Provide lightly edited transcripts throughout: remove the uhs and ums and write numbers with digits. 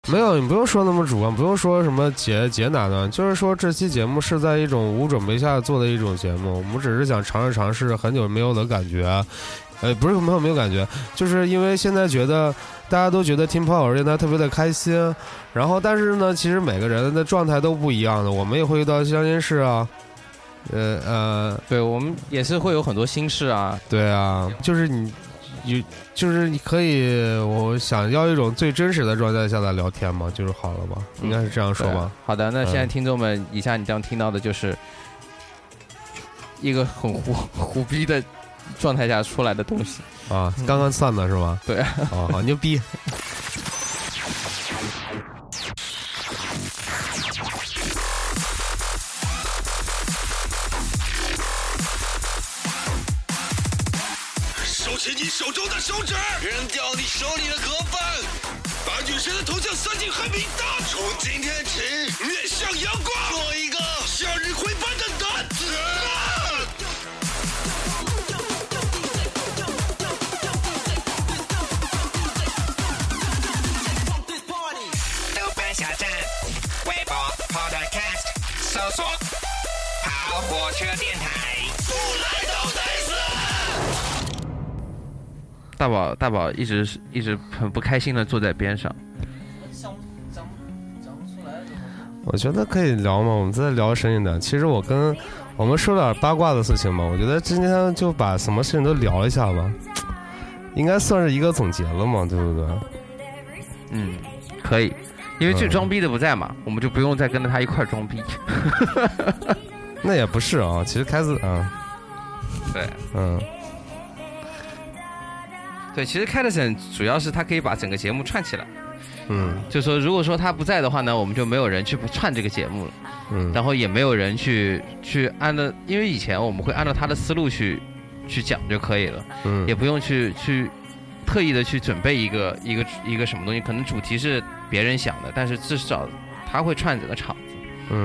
没有，你不用说那么主观，不用说什么解哪段，就是说这期节目是在一种无准备下做的一种节目，我们只是想尝试很久没有的感觉，不是没有感觉，就是因为现在觉得大家都觉得听跑火车电台特别的开心，然后但是呢，其实每个人的状态都不一样的，我们也会遇到相亲事啊， 对，我们也是会有很多心事啊， 对啊，就是你可以，我想要一种最真实的状态下来聊天嘛，就是好了吧？应该是这样说吧。 好的，那现在听众们，以下你将听到的就是一个很胡逼的状态下出来的东西啊，刚刚算的是吧？ 对， 哦，好牛逼。 收起你手中的手指，扔掉你手里的盒饭，把女神的头像塞进海绵大，从今天起面向阳光，做一个向日葵般的男子。 豆瓣小站、微博、Podcast 搜索“跑火车电台”， 不来都得死。 大宝一直很不开心的坐在边上。 我觉得可以聊嘛，我们再聊深一点。其实我们说点八卦的事情嘛，我觉得今天就把什么事情都聊一下吧，应该算是一个总结了嘛，对不对？ 嗯，可以，因为最装逼的不在嘛，我们就不用再跟着他一块装逼。 那也不是啊，其实开始对， 嗯。 对，其实开特森主要是他可以把整个节目串起来，就说如果说他不在的话呢，我们就没有人去串这个节目了，然后也没有人去按照，因为以前我们会按照他的思路去讲就可以了，也不用去特意的去准备一个什么东西，可能主题是别人想的，但是至少他会串整个场子，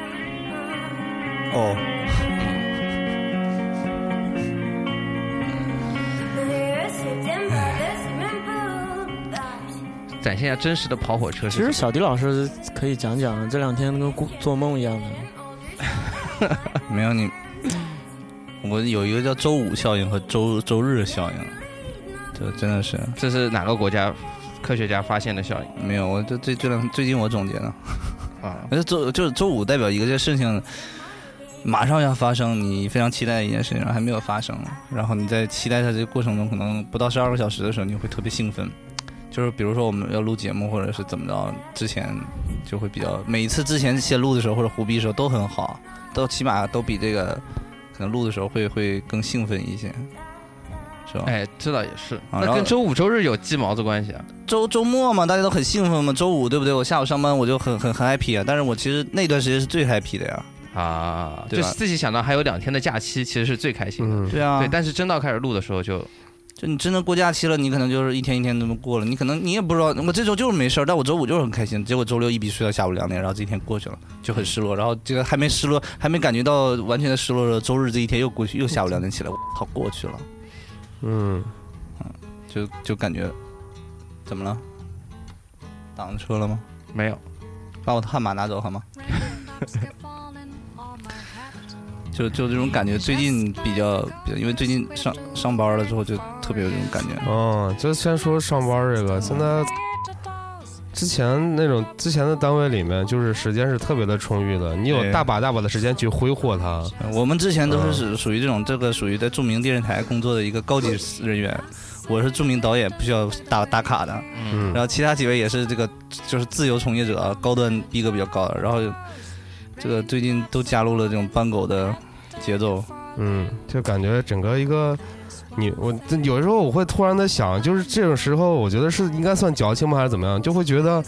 展现一下真实的跑火车。 其实小迪老师可以讲讲这两天跟做梦一样的。 没有你，我有一个叫周五效应和周日效应，这真的是。 这是哪个国家科学家发现的效应？ 没有，我最近我总结的啊，就是周五代表一个这事情马上要发生，你非常期待的一件事情还没有发生，然后你在期待它这个过程中，可能不到12个小时的时候，你会特别兴奋。就是比如说我们要录节目或者是怎么着，之前就会比较，每一次之前先录的时候或者胡逼的时候都很好，都起码都比这个可能录的时候会更兴奋一些，是吧？ 哎，这倒也是。那跟周五周日有鸡毛的关系啊？ 周末嘛，大家都很兴奋嘛。周五对不对？我下午上班我就很 happy 啊，但是我其实那段时间是最 happy 的呀。 啊，就自己想到还有2天的假期，其实是最开心的。 对啊， 对，但是真到开始录的时候就你真的过假期了，你可能就是一天一天这么过了，你可能你也不知道，我这周就是没事，但我周五就是很开心，结果周六一笔睡到下午2点，然后这一天过去了，就很失落，然后这个还没失落，还没感觉到完全的失落的周日这一天又过去，又下午2点起来，我靠，过去了，就感觉怎么了？挡车了吗？ 没有， 把我的悍马拿走好吗？就这种感觉，最近比较，因为最近上班了之后，就特别有这种感觉。 就先说上班这个，现在之前的单位里面，就是时间是特别的充裕的，你有大把的时间去挥霍它。 我们之前都是属于这种，这个属于在著名电视台工作的一个高级人员。我是著名导演，不需要打卡的。然后其他几位也是这个，就是自由从业者，高端逼格比较高的。然后这个最近都加入了这种班狗的节奏， 就感觉整个一个我有的时候我会突然的想，就是这种时候，我觉得是应该算矫情吗，还是怎么样？就会觉得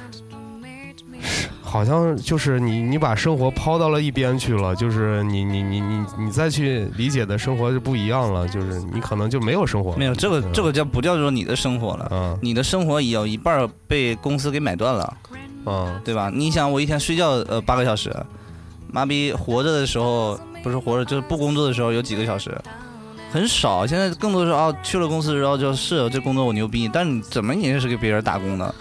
好像就是你把生活抛到了一边去了，就是你再去理解的生活就不一样了，就是你可能就没有生活了。 没有这个不叫做你的生活了，你的生活有一半被公司给买断了，对吧？你想我一天睡觉8个小时，妈逼活着的时候不是活着就是不工作的时候有几个小时，很少。现在更多的是去了公司，然后就是这工作我牛逼，但是你怎么你也是给别人打工的。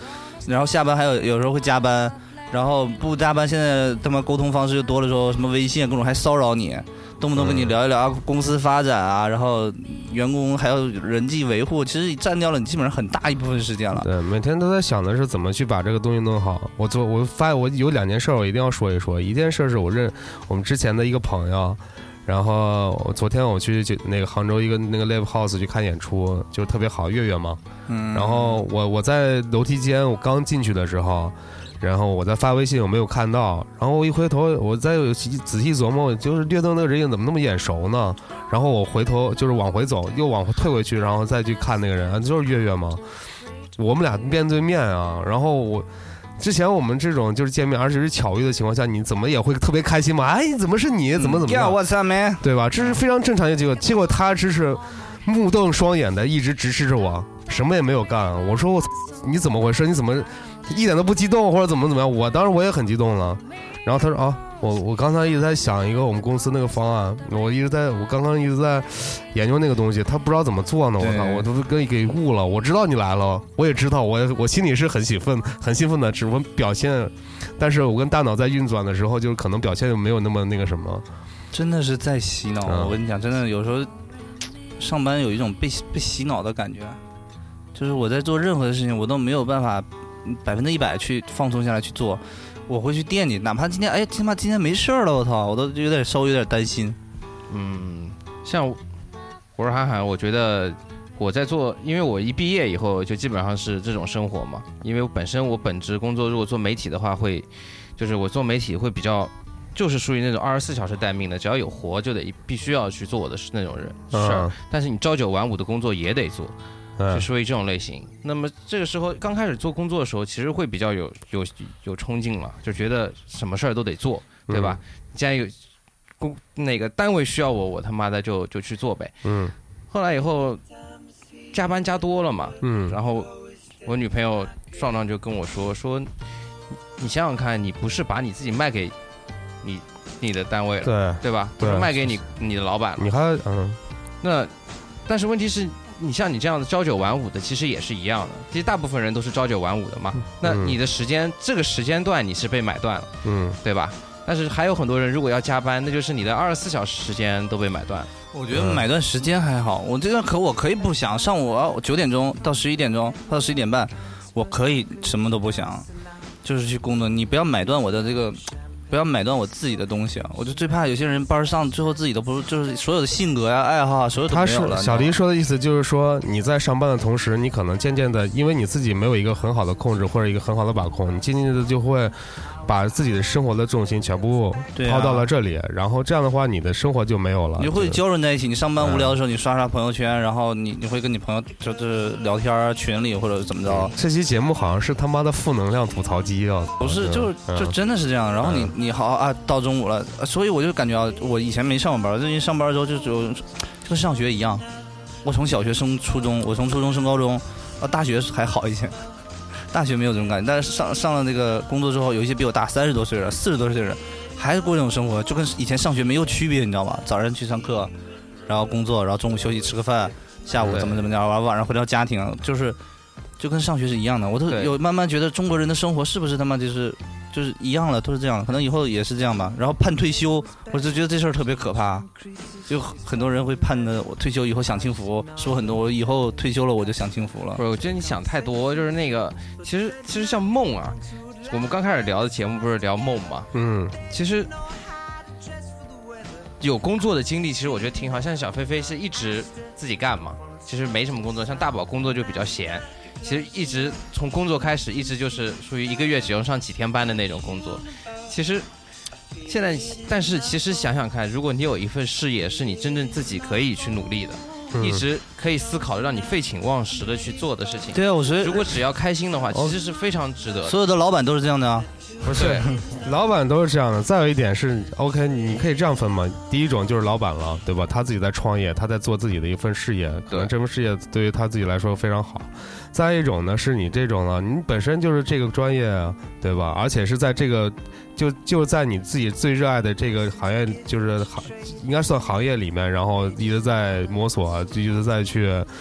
然后下班还有时候会加班，然后不加班，现在他妈沟通方式就多了之后，什么微信各种还骚扰你，动不动跟你聊一聊公司发展啊，然后员工还有人际维护，其实占掉了你基本上很大一部分时间了。 对，每天都在想的是怎么去把这个东西弄好。我发现我有2件事我一定要说一说。一件事是我们之前的一个朋友，然后昨天我去那个杭州一个那个 live house 去看演出，就特别好，月月嘛。然后我在楼梯间，我刚进去的时候。然后我在发微信，我没有看到。然后我一回头，我再仔细琢磨，就是略灯那个人影怎么那么眼熟呢？然后我回头就是往回走，又往回退回去，然后再去看那个人，就是月月嘛。我们俩面对面啊。然后之前我们这种就是见面，而且是巧遇的情况下，你怎么也会特别开心嘛？哎，怎么是你？怎么样？ 我操 man， 对吧？这是非常正常的结果。结果他只是目瞪双眼的一直直视着我，什么也没有干。我说你怎么回事？你怎么一点都不激动或者怎么样？当时我也很激动了。然后他说啊，我刚才一直在想一个我们公司那个方案，我刚刚一直在研究那个东西，他不知道怎么做呢。我操，我都给误了。我知道你来了，我也知道，我心里是很兴奋的，只不过表现，但是我跟大脑在运转的时候，就可能表现没有那么那个什么。 真的是在洗脑。我跟你讲，真的有时候上班有一种被洗脑的感觉。就是我在做任何的事情，我都没有办法100%去放松下来去做，我会去惦记，哪怕今天起码今天没事了，我操，我都稍微有点担心。 像我是韩寒，我觉得我在做，因为我一毕业以后就基本上是这种生活嘛，因为我本职工作如果做媒体的话就是我做媒体会比较就是属于那种24小时待命的，只要有活就必须要去做我的那种事儿，但是你朝9晚5的工作也得做。就属于这种类型。那么这个时候刚开始做工作的时候，其实会比较有冲劲了，就觉得什么事儿都得做，对吧？既然有哪个单位需要我他妈的就去做呗。后来以后加班加多了嘛，然后我女朋友壮壮就跟我说你想想看，你不是把你自己卖给你的单位了，对吧？不是卖给你的老板了， 你还那但是问题是。你像你这样的朝9晚5的，其实也是一样的。其实大部分人都是朝9晚5的嘛。那你的这个时间段你是被买断了，对吧？但是还有很多人如果要加班，那就是你的24小时时间都被买断。 我觉得买断时间还好，我这个我可以不想，上午9点钟到11点钟到11点半，我可以什么都不想，就是去工作。你不要买断我的这个。不要买断我自己的东西啊！我就最怕有些人班上最后自己都不是，就是所有的性格呀、爱好啊，所有都没有了。 小黎说的意思就是说，你在上班的同时，你可能渐渐的，因为你自己没有一个很好的控制或者一个很好的把控，你渐渐的就会把自己的生活的重心全部抛到了这里，然后这样的话，你的生活就没有了。 你会交融在一起。你上班无聊的时候，你刷朋友圈，然后你会跟你朋友就是聊天群里或者怎么着。 这期节目好像是他妈的负能量吐槽机啊！ 不是，就真的是这样。然后你好啊，到中午了，所以我就感觉我以前没上过班，最近上班的时候就跟上学一样。我从小学升初中，我从初中升高中，大学还好一些。大学没有这种感觉，但是上了那个工作之后，有一些比我大30多岁了、40多岁的人，还是过这种生活，就跟以前上学没有区别，你知道吗？早上去上课，然后工作，然后中午休息吃个饭，下午怎么着，晚上回到家庭，就跟上学是一样的。我都有慢慢觉得中国人的生活是不是他妈就是一样了，都是这样的，可能以后也是这样吧。然后盼退休，我就觉得这事儿特别可怕，就很多人会盼的，我退休以后享清福，说很多我以后退休了我就享清福了。 不是，我觉得你想太多，就是那个，其实像梦啊，我们刚开始聊的节目不是聊梦吗？其实有工作的经历，其实我觉得挺好。像小飞飞是一直自己干嘛，其实没什么工作，像大宝工作就比较闲。其实一直从工作开始，一直就是属于1个月只用上几天班的那种工作。其实现在，但是其实想想看，如果你有一份事业是你真正自己可以去努力的，一直可以思考让你废寝忘食的去做的事情， 对啊，我觉得如果只要开心的话，其实是非常值得的。 所有的老板都是这样的啊。 不是，老板都是这样的。再有一点是 ，OK， 你可以这样分嘛。第一种就是老板了，对吧？他自己在创业，他在做自己的一份事业，可能这份事业对于他自己来说非常好。再一种呢，是你这种呢，你本身就是这个专业啊，对吧？而且是在这个就在你自己最热爱的这个行业，就是应该算行业里面，然后一直在摸索，一直在去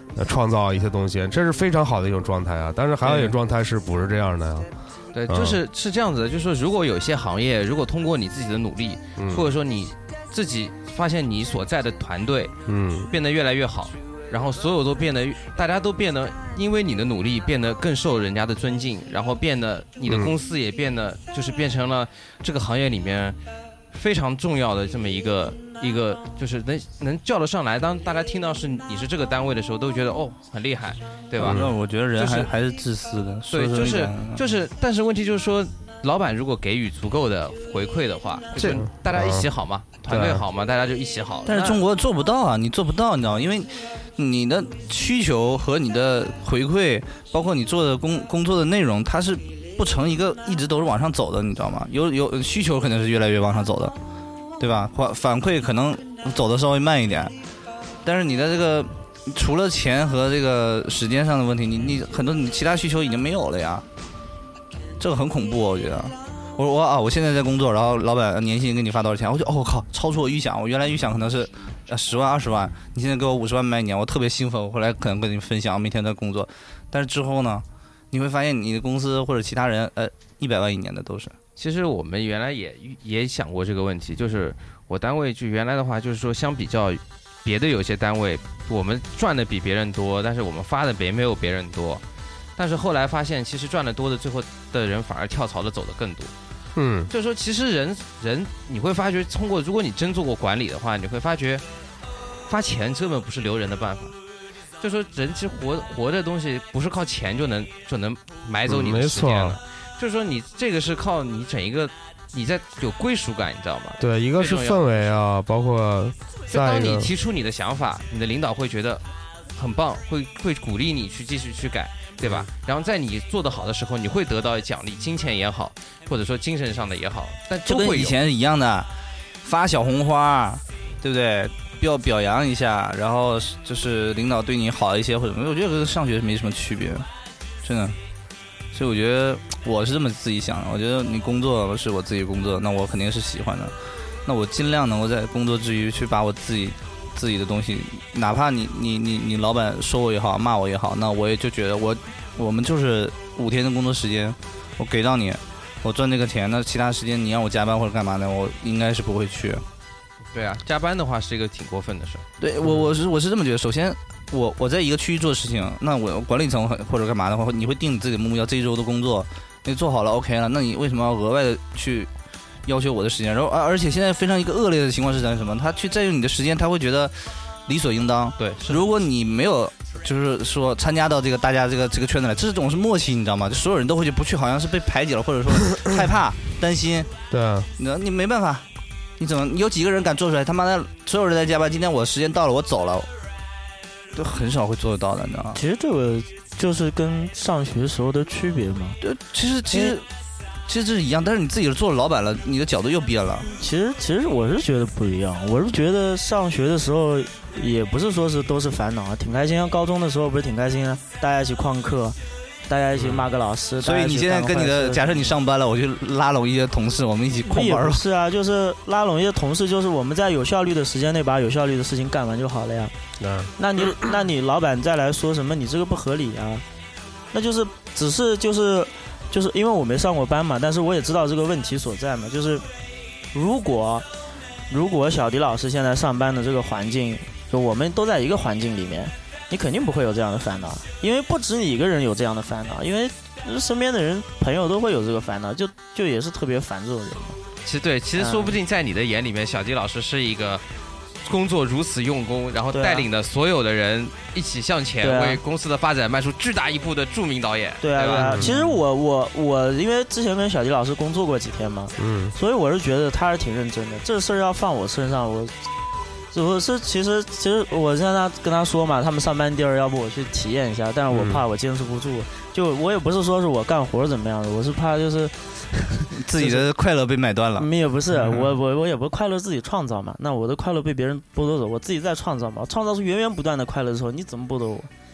创造一些东西，这是非常好的一种状态啊。但是还有一种状态是不是这样的呀？ 对，是这样子的，就是说，如果有一些行业，如果通过你自己的努力，或者说你自己发现你所在的团队，变得越来越好，然后所有都变得，大家都变得，因为你的努力变得更受人家的尊敬，然后变得你的公司也变得，就是变成了这个行业里面非常重要的这么一个，就是能叫得上来。当大家听到你是这个单位的时候，都觉得哦很厉害，对吧？ 那我觉得人还是自私的。 对，就是，但是问题就是说，老板如果给予足够的回馈的话，就是大家一起好嘛，团队好嘛，大家就一起好。 但是中国做不到啊，你做不到，你知道吗？因为你的需求和你的回馈，包括你做的工作的内容，它是不成一个一直都是往上走的，你知道吗？有需求肯定是越来越往上走的，对吧？反馈可能走的稍微慢一点，但是你的这个除了钱和这个时间上的问题，你很多你其他需求已经没有了呀，这个很恐怖，我觉得。我现在在工作，然后老板年薪给你发多少钱？我就我靠，超出我预想。我原来预想可能是10万20万，你现在给我50万买一年，我特别兴奋。我后来可能跟你分享，每天在工作，但是之后呢，你会发现你的公司或者其他人100万一年的都是。 其实我们原来也想过这个问题，就是我单位就原来的话，就是说相比较别的有些单位，我们赚的比别人多，但是我们发的没有别人多。但是后来发现，其实赚得多的最后的人反而跳槽的走得更多。就是说，其实人你会发觉，如果你真做过管理的话，你会发觉发钱根本不是留人的办法。就说人其实活的东西不是靠钱就能买走你的时间了。就是说你这个是靠你整一个你在有归属感，你知道吗？ 对，一个是氛围啊，包括就当你提出你的想法，你的领导会觉得很棒，会鼓励你去继续去改。对吧？然后在你做得好的时候，你会得到奖励，金钱也好，或者说精神上的也好，但就跟以前是一样的，发小红花，对不对？表扬一下，然后就是领导对你好一些或者什么，我觉得跟上学没什么区别，真的。所以我觉得我是这么自己想的，我觉得你工作是我自己工作，那我肯定是喜欢的，那我尽量能够在工作之余去把我自己的东西，哪怕你老板说我也好，骂我也好，那我也就觉得我们就是5天的工作时间，我给到你，我赚这个钱，那其他时间你让我加班或者干嘛呢？我应该是不会去。 对啊，加班的话是一个挺过分的事。 对，我是这么觉得。首先，我在一个区域做事情，那我管理层或者干嘛的话，你会定你自己的目标，这一周的工作你做好了 OK 了，那你为什么要额外的去要求我的时间？然后而且现在非常一个恶劣的情况是什么？他去占用你的时间，他会觉得理所应当。 对， 如果你没有就是说参加到这个大家这个圈子来，这种是默契，你知道吗？就所有人都会去不去，好像是被排挤了，或者说害怕、担心。 对啊， 你没办法，你有几个人敢做出来？他妈的，所有人在加班，今天我时间到了，我走了，都很少会做得到的，你知道吗？ 其实这个就是跟上学时候的区别嘛。 对，其实这是一样，但是你自己做了老板了，你的角度又变了。 其实我是觉得不一样，我是觉得上学的时候也不是说是都是烦恼啊，挺开心啊。高中的时候不是挺开心啊，大家一起旷课，大家一起骂个老师。 所以你现在跟你的，假设你上班了，我就拉拢一些同事，我们一起旷班了。 不是啊，就是拉拢一些同事，就是我们在有效率的时间内把有效率的事情干完就好了呀。那你老板再来说什么你这个不合理啊，那就是只是就是因为我没上过班嘛，但是我也知道这个问题所在嘛，就是如果小迪老师现在上班的这个环境，就我们都在一个环境里面，你肯定不会有这样的烦恼，因为不止你一个人有这样的烦恼，因为身边的人朋友都会有这个烦恼，就也是特别烦这种人嘛。 其实说不定在你的眼里面，小迪老师是一个工作如此用功，然后带领的所有的人一起向前，为公司的发展迈出巨大一步的著名导演。 对啊，其实我因为之前跟小迪老师工作过几天嘛，所以我是觉得他是挺认真的。这事儿要放我身上，其实我现在跟他说嘛，他们上班地儿要不我去体验一下，但是我怕我坚持不住。就我也不是说是我干活怎么样的，我是怕就是自己的快乐被买断了。 也不是，我也不是快乐自己创造嘛，那我的快乐被别人剥夺走，我自己再创造嘛，创造出源源不断的快乐的时候，你怎么剥夺我？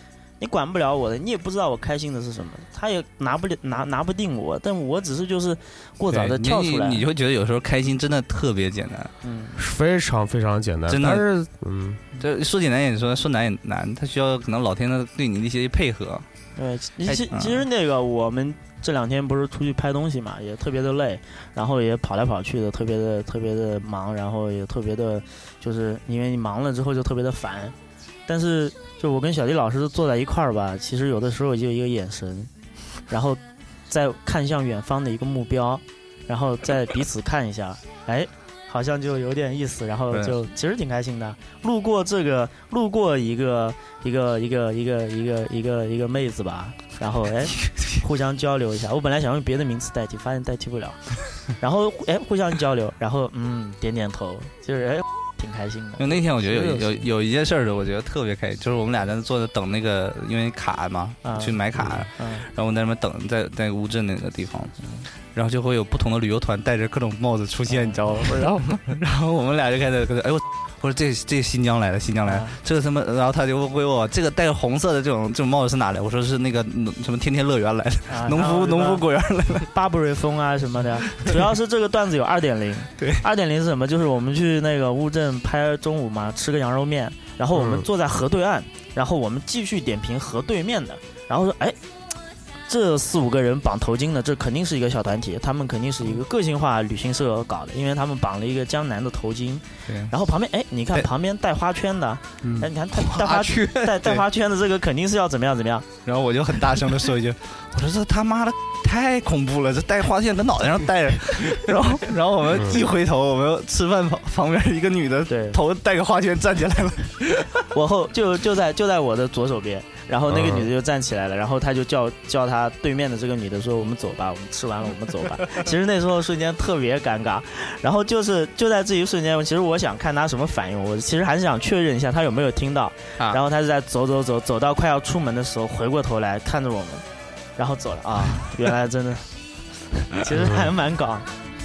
你管不了我的，你也不知道我开心的是什么，他也拿不定我，但我只是就是过早的跳出来， 你就会觉得有时候开心真的特别简单， 非常非常简单， 真的。 但是这说简单也说难也难，他需要可能老天的对你的一些配合。 对，其实那个我们这2天不是出去拍东西嘛，也特别的累，然后也跑来跑去的，特别的忙，然后也特别的，就是因为你忙了之后就特别的烦。但是就我跟小迪老师坐在一块儿吧，其实有的时候就一个眼神，然后再看向远方的一个目标，然后再彼此看一下，哎，好像就有点意思，然后就其实挺开心的。路过一个妹子吧，然后哎，互相交流一下。我本来想用别的名词代替，发现代替不了。然后哎，互相交流，然后点点头，就是哎，挺开心的。 因为那天我觉得有一件事儿，我觉得特别开心，就是我们俩在那坐着等那个，因为卡嘛，去买卡，然后我在那边等，在乌镇那个地方。然后就会有不同的旅游团带着各种帽子出现，你知道吗？然后我们俩就开始，哎我说这新疆来的，这个什么？然后他就问我这个戴着红色的这种帽子是哪来？我说是那个什么天天乐园来的，农夫果园来的， 巴布瑞风啊什么的。主要是这个段子有2.0，对，2.0是什么？就是我们去那个乌镇拍中午嘛，吃个羊肉面，然后我们坐在河对岸，然后我们继续点评河对面的，然后说哎。这4-5个人绑头巾的，这肯定是一个小团体，他们肯定是一个个性化旅行社搞的，因为他们绑了一个江南的头巾。然后旁边，哎，你看旁边带花圈的，哎，你看带花圈的这个肯定是要怎么样。 然后我就很大声的说一句，我说这他妈的太恐怖了，这带花圈搁脑袋上戴着。然后我们一回头，我们吃饭旁边一个女的，头戴个花圈站起来了， 我后就在我的左手边。然后那个女的就站起来了，然后他就叫他对面的这个女的说：“我们走吧，我们吃完了，我们走吧。”其实那时候瞬间特别尴尬，然后就在这一瞬间，其实我想看他什么反应，我其实还是想确认一下他有没有听到。然后他是在走到快要出门的时候，回过头来看着我们，然后走了啊！原来真的，其实还蛮搞。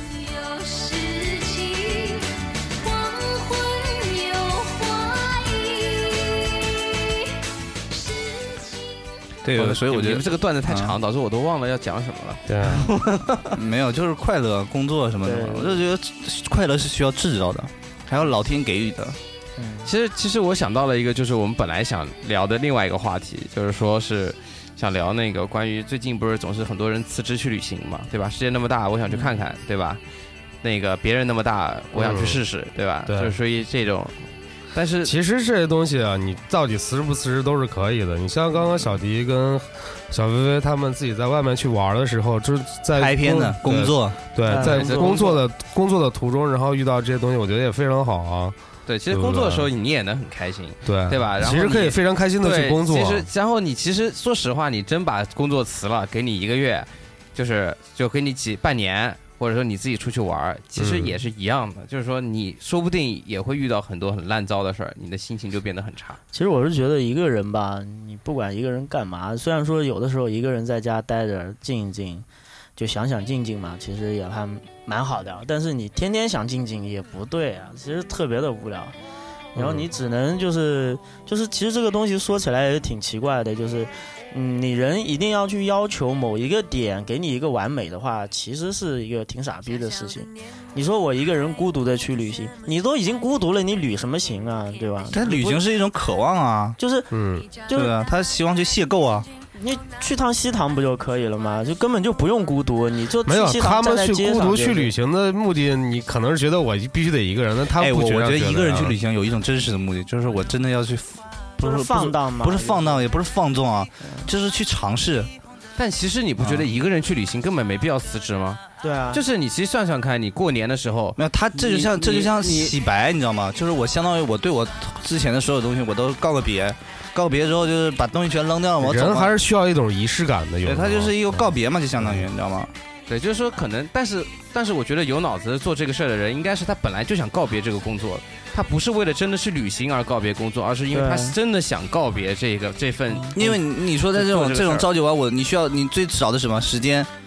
对，所以我觉得这个段子太长，导致我都忘了要讲什么了。 对，没有，就是快乐、工作什么的。我就觉得快乐是需要制造的，还有老天给予的。 其实我想到了一个，就是我们本来想聊的另外一个话题，就是说是想聊那个关于最近不是总是很多人辞职去旅行嘛，对吧？世界那么大，我想去看看，对吧？那个别人那么大，我想去试试，对吧？对，就是属于这种。但是其实这些东西啊，你到底辞职不辞职都是可以的。你像刚刚小迪跟小薇薇他们自己在外面去玩的时候，就是在拍片的工作， 对，在工作的途中，然后遇到这些东西，我觉得也非常好啊。 对，其实工作的时候你也能很开心， 对吧？ 其实可以非常开心的去工作。 其实，然后你其实说实话，你真把工作辞了，给你1个月，就给你半年。或者说你自己出去玩，其实也是一样的，就是说你说不定也会遇到很多很烂糟的事儿，你的心情就变得很差。 其实我是觉得一个人吧，你不管一个人干嘛，虽然说有的时候一个人在家待着静一静，就想静静嘛，其实也还蛮好的。但是你天天想静静也不对啊，其实特别的无聊。然后你只能就是其实这个东西说起来也挺奇怪的，就是你人一定要去要求某一个点给你一个完美的话，其实是一个挺傻逼的事情。你说我一个人孤独的去旅行，你都已经孤独了，你旅什么行啊，对吧？ 但旅行是一种渴望啊， 就是对啊，他希望去邂逅啊。 你去趟西塘不就可以了吗？就根本就不用孤独，你就没有他们去孤独去旅行的目的，你可能是觉得我必须得一个人，那他不觉得。 我觉得一个人去旅行有一种真实的目的，就是我真的要去， 不是放荡吗？ 不是放荡，也不是放纵啊，就是去尝试。 但其实你不觉得一个人去旅行根本没必要辞职吗？ 对啊， 就是你其实算算看，你过年的时候， 没有他这就像洗白，你知道吗？就是我相当于我对我之前的所有东西我都告个别。告别之后就是把东西全扔掉了，我走。 人还是需要一种仪式感的， 对，他就是一个告别嘛，就相当于你知道吗？ 对，就是说可能，但是我觉得有脑子做这个事儿的人，应该是他本来就想告别这个工作，他不是为了真的去旅行而告别工作，而是因为他真的想告别这份。 因为你说在这种朝九晚五，你需要你最少的什么时间？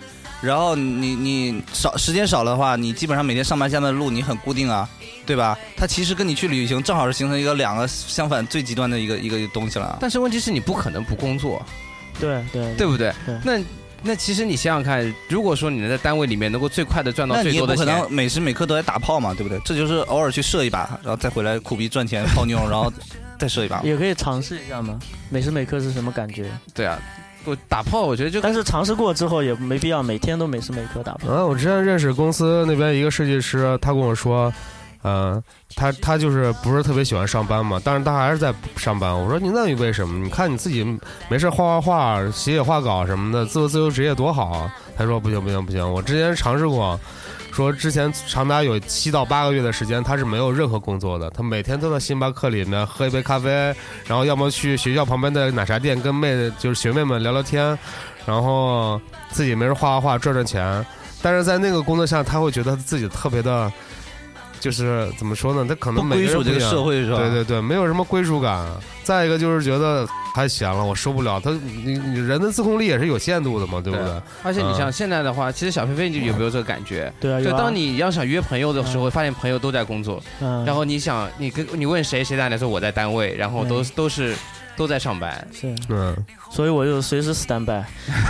然后你时间少的话，你基本上每天上班下班的路你很固定啊，对吧？它其实跟你去旅行正好是形成一个两个相反最极端的一个东西了。 但是问题是你不可能不工作， 对不对？那其实你想想看，如果说你能在单位里面能够最快的赚到最多的钱， 那你也不可能每时每刻都在打炮嘛，对不对？这就是偶尔去射一把，然后再回来苦逼赚钱泡妞，然后再射一把。 也可以尝试一下嘛，每时每刻是什么感觉？ 对啊，我打炮我觉得但是尝试过之后也没必要每天都每时每刻打炮。 我之前认识公司那边一个设计师，他跟我说。他就是不是特别喜欢上班嘛，但是他还是在上班。我说你那你为什么？你看你自己没事画画、写画稿什么的，自由职业多好啊。他说不行，我之前尝试过，说之前长达有7到8个月的时间，他是没有任何工作的，他每天都在星巴克里面喝一杯咖啡，然后要么去学校旁边的奶茶店跟就是学妹们聊聊天，然后自己没事画画赚钱。但是在那个工作下，他会觉得自己特别的。就是怎么说呢？他可能不归属这个社会是吧？ 对，没有什么归属感。再一个就是觉得太闲了，我受不了。你人的自控力也是有限度的嘛，对不对？ 而且你像现在的话，其实小飞飞你有没有这个感觉？ 对啊。 就当你要想约朋友的时候，发现朋友都在工作，然后你问谁在那说我在单位，然后都在上班。 是。所以我就随时 stand by。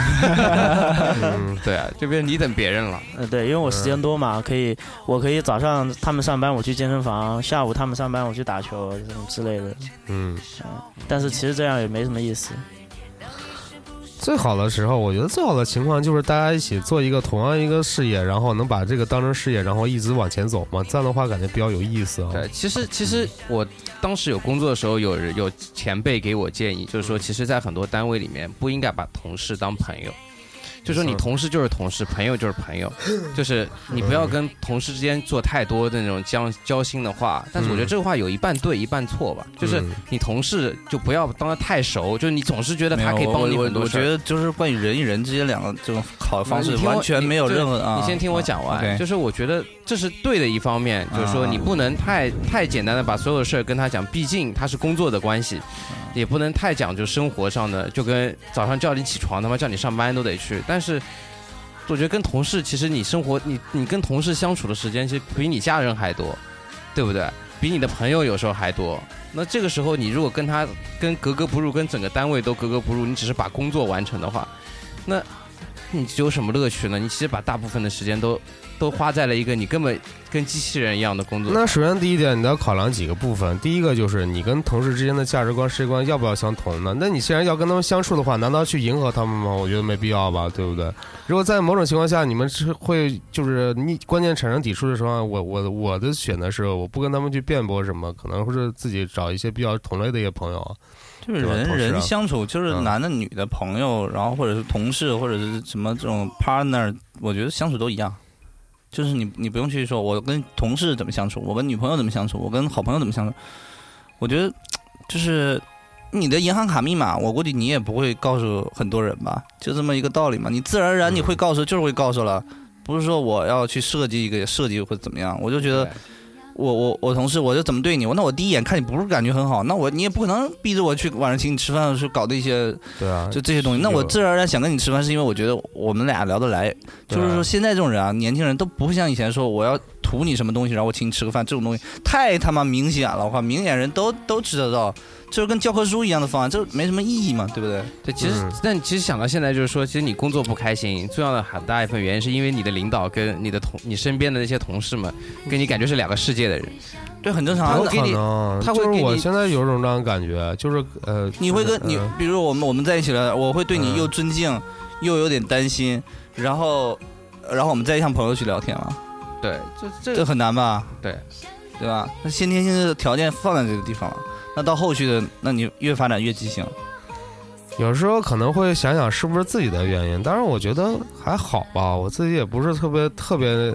对啊，这边你等别人了。 对，因为我时间多嘛，我可以早上他们上班我去健身房，下午他们上班我去打球什么之类的。但是其实这样也没什么意思。 最好的时候，我觉得最好的情况就是大家一起做一个同样一个事业，然后能把这个当成事业，然后一直往前走嘛。这样的话感觉比较有意思啊。 对，其实我当时有工作的时候，有前辈给我建议，就是说，其实，在很多单位里面不应该把同事当朋友。就说你同事就是同事，朋友就是朋友，就是你不要跟同事之间做太多的那种交心的话。但是我觉得这个话有一半对一半错吧，就是你同事就不要当得太熟，就是你总是觉得他可以帮你很多事。 我觉得就是关于人与人之间两个这种考的方式完全没有任何你先听我讲完，就是我觉得这是对的一方面，就是说你不能太简单的把所有事儿跟他讲，毕竟他是工作的关系。也不能太讲究生活上的，就跟早上叫你起床，他妈叫你上班都得去。但是，我觉得跟同事，其实你生活，你跟同事相处的时间，其实比你家人还多，对不对？比你的朋友有时候还多。那这个时候，你如果跟他格格不入，跟整个单位都格格不入，你只是把工作完成的话，那你有什么乐趣呢？你其实把大部分的时间都花在了一个你根本跟机器人一样的工作。 那首先第一点，你要考量几个部分。第一个就是你跟同事之间的价值观、世界观要不要相同呢？那你既然要跟他们相处的话，难道去迎合他们吗？我觉得没必要吧，对不对？如果在某种情况下，你们是会就是你关键产生抵触的时候，我的选择是我不跟他们去辩驳什么，可能会是自己找一些比较同类的一些朋友。 就是人相处，就是男的、女的朋友，然后或者是同事，或者是什么这种 partner， 我觉得相处都一样。就是你不用去说我跟同事怎么相处，我跟女朋友怎么相处，我跟好朋友怎么相处。我觉得就是你的银行卡密码，我估计你也不会告诉很多人吧，就这么一个道理嘛。你自然而然你会告诉，就是会告诉了，不是说我要去设计或者怎么样。我就觉得我同事我就怎么对你，那我第一眼看你不是感觉很好，那你也不可能逼着我去晚上请你吃饭的时候搞的一些， 对啊， 就这些东西。那我自然而然想跟你吃饭，是因为我觉得我们俩聊得来。就是说现在这种人啊，年轻人都不会像以前说我要图你什么东西，然后我请你吃个饭，这种东西太他妈明显了。我靠，明眼人都知得到。就是跟教科书一样的方案，这没什么意义嘛，对不对？ 对，但其实想到现在，就是说，其实你工作不开心，重要的很大一份原因是因为你的领导跟你身边的那些同事们，跟你感觉是两个世界的人。 对，很正常。 他会就是我现在有种这样的感觉，就是你会跟你，比如我们在一起了，我会对你又尊敬，又有点担心，然后我们再像朋友去聊天了。 对， 这很难吧？ 对吧？那先天性的条件放在这个地方了。那到后续的，那你越发展越畸形。 有时候可能会想想是不是自己的原因，当然我觉得还好吧，我自己也不是特别，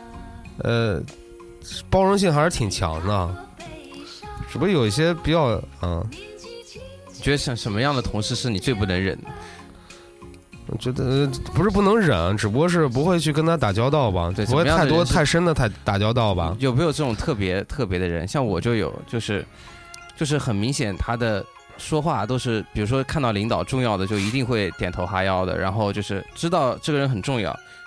包容性还是挺强的，只不过有一些比较觉得像什么样的同事是你最不能忍的？ 我觉得不是不能忍，只不过是不会去跟他打交道吧，不会太多太深的打交道吧。 有没有这种特别的人？像我就有，就是很明显他的说话都是，比如说看到领导重要的就一定会点头哈腰的，然后就是知道这个人很重要，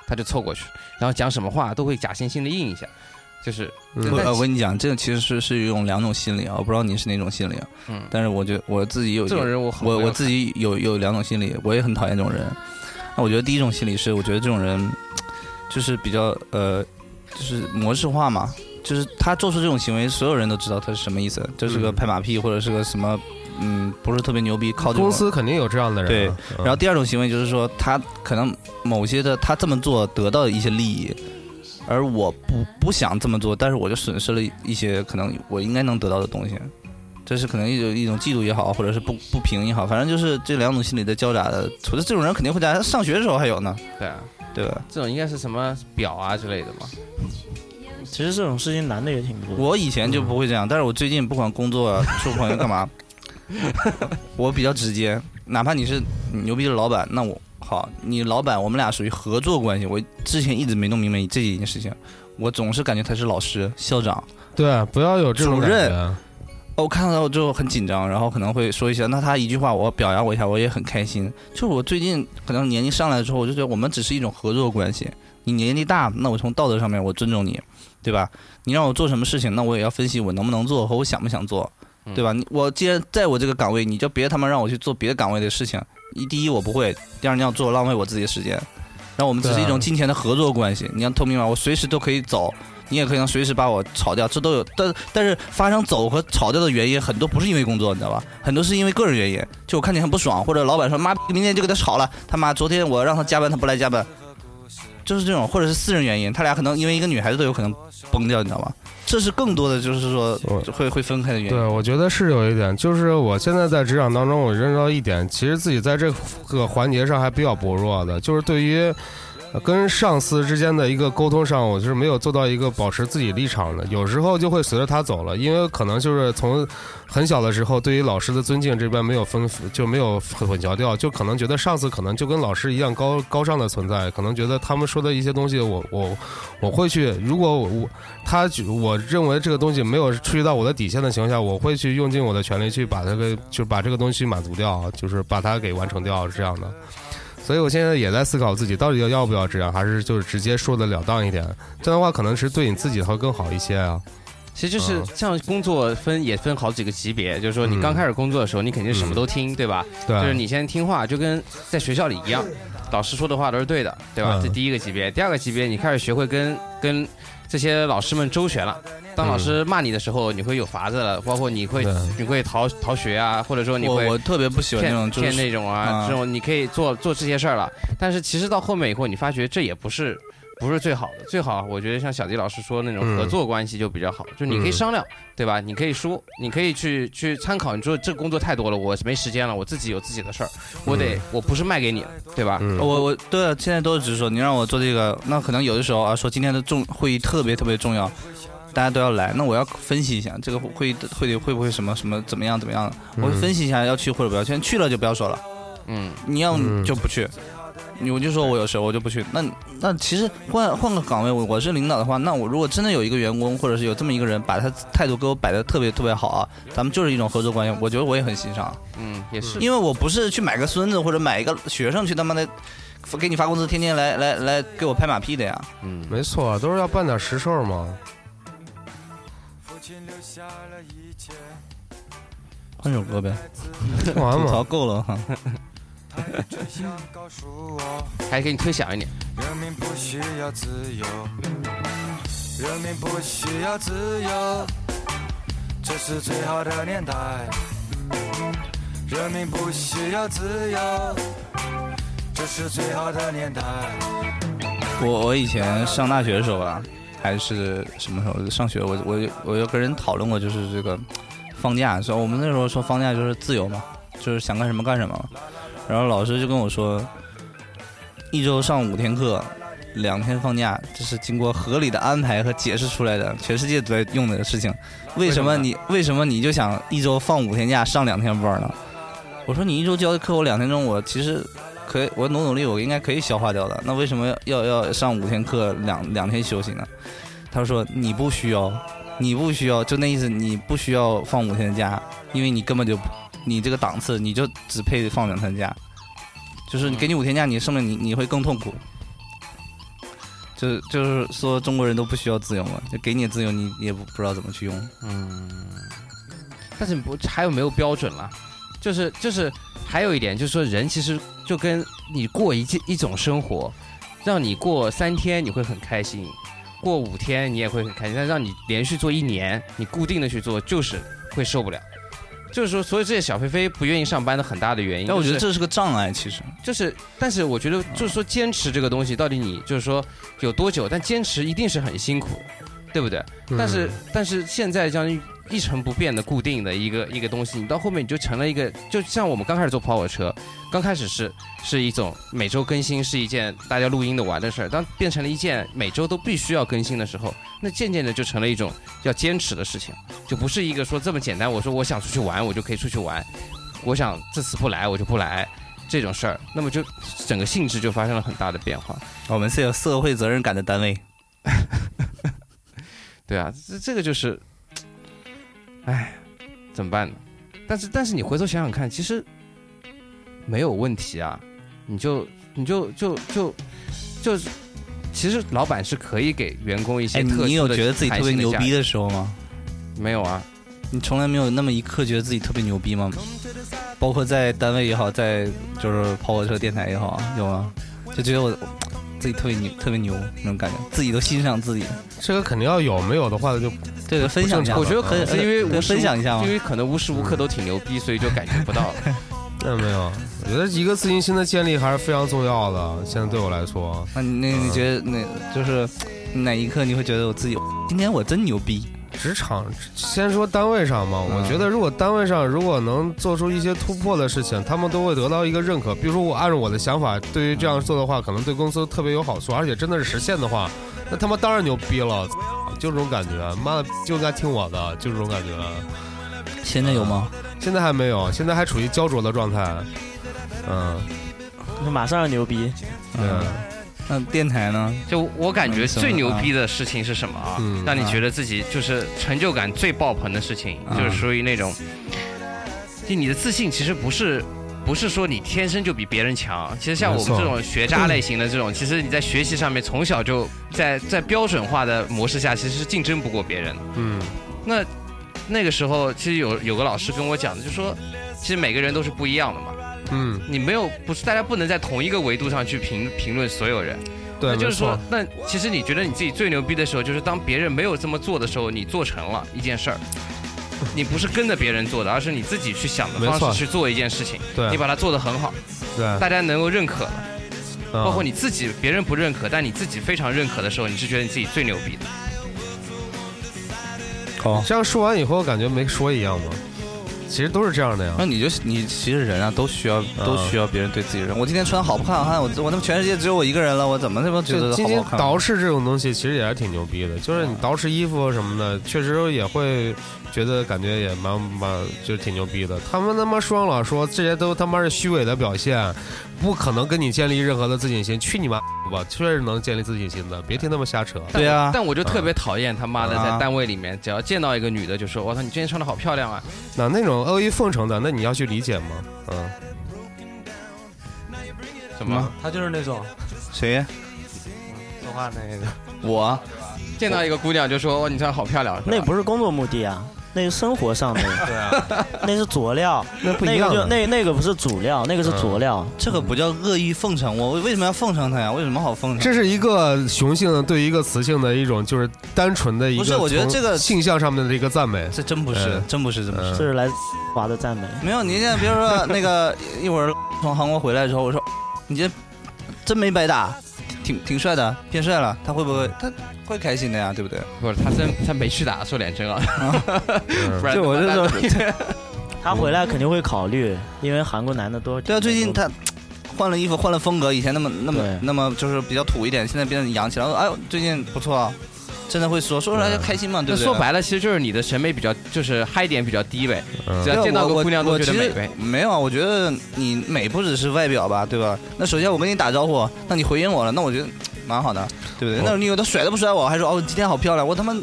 他就凑过去，然后讲什么话都会假惺惺的应一下，就是。 我跟你讲，这个其实是一种两种心理啊，我不知道你是哪种心理啊。但是我觉得我自己有这种人我自己有两种心理，我也很讨厌这种人。那我觉得第一种心理是，我觉得这种人就是比较就是模式化嘛，就是他做出这种行为，所有人都知道他是什么意思，这是个拍马屁或者是个什么。不是特别牛逼，靠这种公司肯定有这样的人。 对，然后第二种行为就是说，他可能某些的他这么做得到一些利益，而我不想这么做，但是我就损失了一些可能我应该能得到的东西。这是可能一种嫉妒也好，或者是不平也好，反正就是这两种心理的交杂的。除了这种人肯定会在上学的时候还有呢。 对啊， 对吧？ 这种应该是什么表啊之类的嘛。 其实这种事情男的也挺多。 我以前就不会这样，但是我最近不管工作啊、处朋友干嘛。我比较直接，哪怕你是牛逼的老板，那我好，你老板我们俩属于合作关系。我之前一直没弄明白这一件事情，我总是感觉他是老师、校长， 对，不要有这种主任。我看到之后很紧张，然后可能会说一些，那他一句话我表扬我一下，我也很开心。就是我最近可能年纪上来之后，我就觉得我们只是一种合作关系。你年纪大，那我从道德上面我尊重你，对吧？你让我做什么事情，那我也要分析我能不能做和我想不想做。对吧？我既然在我这个岗位，你就别他妈让我去做别的岗位的事情。第一我不会，第二你要做浪费我自己的时间。然后我们只是一种金钱的合作关系，你要透明嘛，我随时都可以走，你也可能随时把我炒掉，这都有。但是发生走和炒掉的原因很多不是因为工作，你知道吧？很多是因为个人原因，就我看你很不爽，或者老板说妈明天就给他炒了，他妈昨天我让他加班他不来加班，就是这种，或者是私人原因，他俩可能因为一个女孩子都有可能崩掉，你知道吧？这是更多的就是说会分开的原因。 对，我觉得是有一点，就是我现在在职场当中，我认识到一点，其实自己在这个环节上还比较薄弱的，就是对于跟上司之间的一个沟通上，我就是没有做到一个保持自己立场的，有时候就会随着他走了，因为可能就是从很小的时候对于老师的尊敬这边没有混淆掉，就可能觉得上司可能就跟老师一样高尚的存在，可能觉得他们说的一些东西我会去，如果我认为这个东西没有触及到我的底线的情况下，我会去用尽我的全力去把这个东西满足掉，就是把它给完成掉，是这样的。所以我现在也在思考自己到底要不要这样，还是就是直接说的了当一点，这样的话可能是对你自己会更好一些啊。 其实就是像工作也分好几个级别，就是说你刚开始工作的时候，你肯定什么都听，对吧？对，就是你先听话，就跟在学校里一样，老师说的话都是对的，对吧？这第一个级别。第二个级别，你开始学会跟这些老师们周旋了。当老师骂你的时候，你会有法子了，包括你会逃学啊，或者说你会我特别不喜欢那种骗那种啊，这种你可以做这些事儿了。但是其实到后面以后，你发觉这也不是最好的，最好我觉得像小迪老师说那种合作关系就比较好，就你可以商量，对吧？你可以说，你可以去参考，你说这个工作太多了，我没时间了，我自己有自己的事儿，我不是卖给你，对吧？ 我对啊，现在都只是说你让我做这个，那可能有的时候啊，说今天的会议特别特别重要。大家都要来，那我要分析一下这个会不会什么怎么样的，我会分析一下要去或者不要去，去了就不要说了，你要就不去，我就说我有事我就不去。那其实换个岗位，我是领导的话，那我如果真的有一个员工或者是有这么一个人，把他态度给我摆得特别特别好啊，咱们就是一种合作关系，我觉得我也很欣赏。 也是， 因为我不是去买个孙子或者买一个学生去他妈的给你发工资，天天来给我拍马屁的呀。 没错，都是要办点实事嘛。 换首歌呗， 完吐槽够了哈。 还给你推响一点。 人民不需要自由，人民不需要自由，这是最好的年代。人民不需要自由，这是最好的年代。 我以前上大学的时候啊，还是什么时候上学，我有跟人讨论过，就是这个放假，说我们那时候说放假就是自由嘛，就是想干什么干什么。然后老师就跟我说，一周上5天课，2天放假，这是经过合理的安排和解释出来的，全世界都在用的事情。为什么你就想一周放5天假，上2天班呢？我说你一周教的课我2天钟，我其实可以，我努力，我应该可以消化掉的。那为什么要上5天课，两天休息呢？他说你不需要，就那意思，你不需要放5天假，因为你根本就你这个档次你就只配放2天假，就是给你5天假，你剩下你会更痛苦。 就是说中国人都不需要自由嘛，就给你自由，你也不知道怎么去用。 但是还有没有标准了？就是还有一点就是说，人其实就跟你过一种生活，让你过3天你会很开心，过5天你也会很开心，但让你连续做1年，你固定的去做，就是会受不了。就是说，所以这些小飞飞不愿意上班的很大的原因， 但我觉得这是个障碍，其实就是，但是我觉得就是说，坚持这个东西到底你就是说有多久？但坚持一定是很辛苦的，对不对？但是现在这样一成不变的固定的一个东西，你到后面你就成了一个，就像我们刚开始做跑火车，刚开始是一种每周更新是一件大家录音的玩的事儿，当变成了一件每周都必须要更新的时候，那渐渐的就成了一种要坚持的事情，就不是一个说这么简单。我说我想出去玩，我就可以出去玩；我想这次不来，我就不来这种事儿，那么就整个性质就发生了很大的变化。 我们是有社会责任感的单位。 对啊，这个就是。哎，怎么办呢？但是你回头想想看，其实没有问题啊。你就，其实老板是可以给员工一些特殊的。 你有觉得自己特别牛逼的时候吗？ 没有啊， 你从来没有那么一刻觉得自己特别牛逼吗？包括在单位也好，在就是跑火车电台也好，有吗？就觉得我自己特别牛那种感觉，自己都欣赏自己。 这个肯定要有，没有的话就对分享一下。 我觉得可能是因为分享一下， 因为可能无时无刻都挺牛逼，所以就感觉不到了。 那没有，我觉得一个自信心的建立还是非常重要的。现在对我来说， 那你觉得那就是哪一刻你会觉得我自己今天我真牛逼？ 职场先说单位上嘛，我觉得如果单位上如果能做出一些突破的事情，他们都会得到一个认可。比如说我按照我的想法，对于这样做的话，可能对公司特别有好处，而且真的是实现的话，那他妈当然牛逼了，就这种感觉，妈的就应该听我的，就这种感觉。 现在有吗？ 现在还没有，现在还处于焦灼的状态。 马上要牛逼。 那电台呢？ 就我感觉最牛逼的事情是什么啊？让你觉得自己就是成就感最爆棚的事情，就是属于那种，就你的自信其实不是说你天生就比别人强。其实像我们这种学渣类型的这种，其实你在学习上面从小就在标准化的模式下，其实是竞争不过别人。那个时候其实有个老师跟我讲的，就说其实每个人都是不一样的嘛。你不是大家不能在同一个维度上去评论所有人。 对， 那就是说，那其实你觉得你自己最牛逼的时候，就是当别人没有这么做的时候，你做成了一件事儿。你不是跟着别人做的，而是你自己去想的方式去做一件事情。 对， 你把它做得很好， 对， 大家能够认可了。包括你自己，别人不认可，但你自己非常认可的时候，你是觉得你自己最牛逼的。 好，这样说完以后，感觉没说一样吗？其实都是这样的呀。 那你其实人啊，都需要别人对自己人。我今天穿好不好看？我他妈全世界只有我一个人了，我怎么他妈觉得好不好看？ 捯饬这种东西其实也是挺牛逼的，就是你捯饬衣服什么的，确实也会觉得感觉也蛮就是挺牛逼的。他们他妈双老说这些都他妈是虚伪的表现，不可能跟你建立任何的自信心。去你妈吧，确实能建立自信心的，别听他们瞎扯。 对啊， 但我就特别讨厌他妈的在单位里面，只要见到一个女的就说：“我操，你今天穿的好漂亮啊！” 那种阿谀奉承的，那你要去理解吗？ 什么？ 他就是那种谁？ 说话那个我见到一个姑娘就说：“哦，你穿好漂亮。” 那不是工作目的啊。那是生活上的， 对啊， 那是佐料， 那不一样的。 那个不是主料，那个是佐料。 这个不叫恶意奉承，我为什么要奉承他呀？为什么好奉承？ 这是一个雄性的对一个雌性的一种，就是单纯的一个。 不是，我觉得这个性向上面的一个赞美， 这真不是，真不是这么说。 这是来自华的赞美。 没有，你现在比如说那个一会儿从韩国回来的时候，我说你今天真没白打。挺帅的，变帅了，他会不会？他会开心的呀，对不对？ 不是，他没去打瘦脸针啊。不然就我就说，他回来肯定会考虑，因为韩国男的多。 对啊，最近他换了衣服，换了风格，以前那么就是比较土一点，现在变得洋气了。哎呦，最近不错啊。真的会说出来就开心嘛，对不对？ 说白了，其实就是你的审美比较，就是嗨点比较低呗。只要见到个姑娘都觉得美呗。 没有啊，我觉得你美不只是外表吧，对吧？那首先我跟你打招呼，那你回应我了，那我觉得蛮好的，对不对？那你有的甩都不甩我，还说哦今天好漂亮，我他妈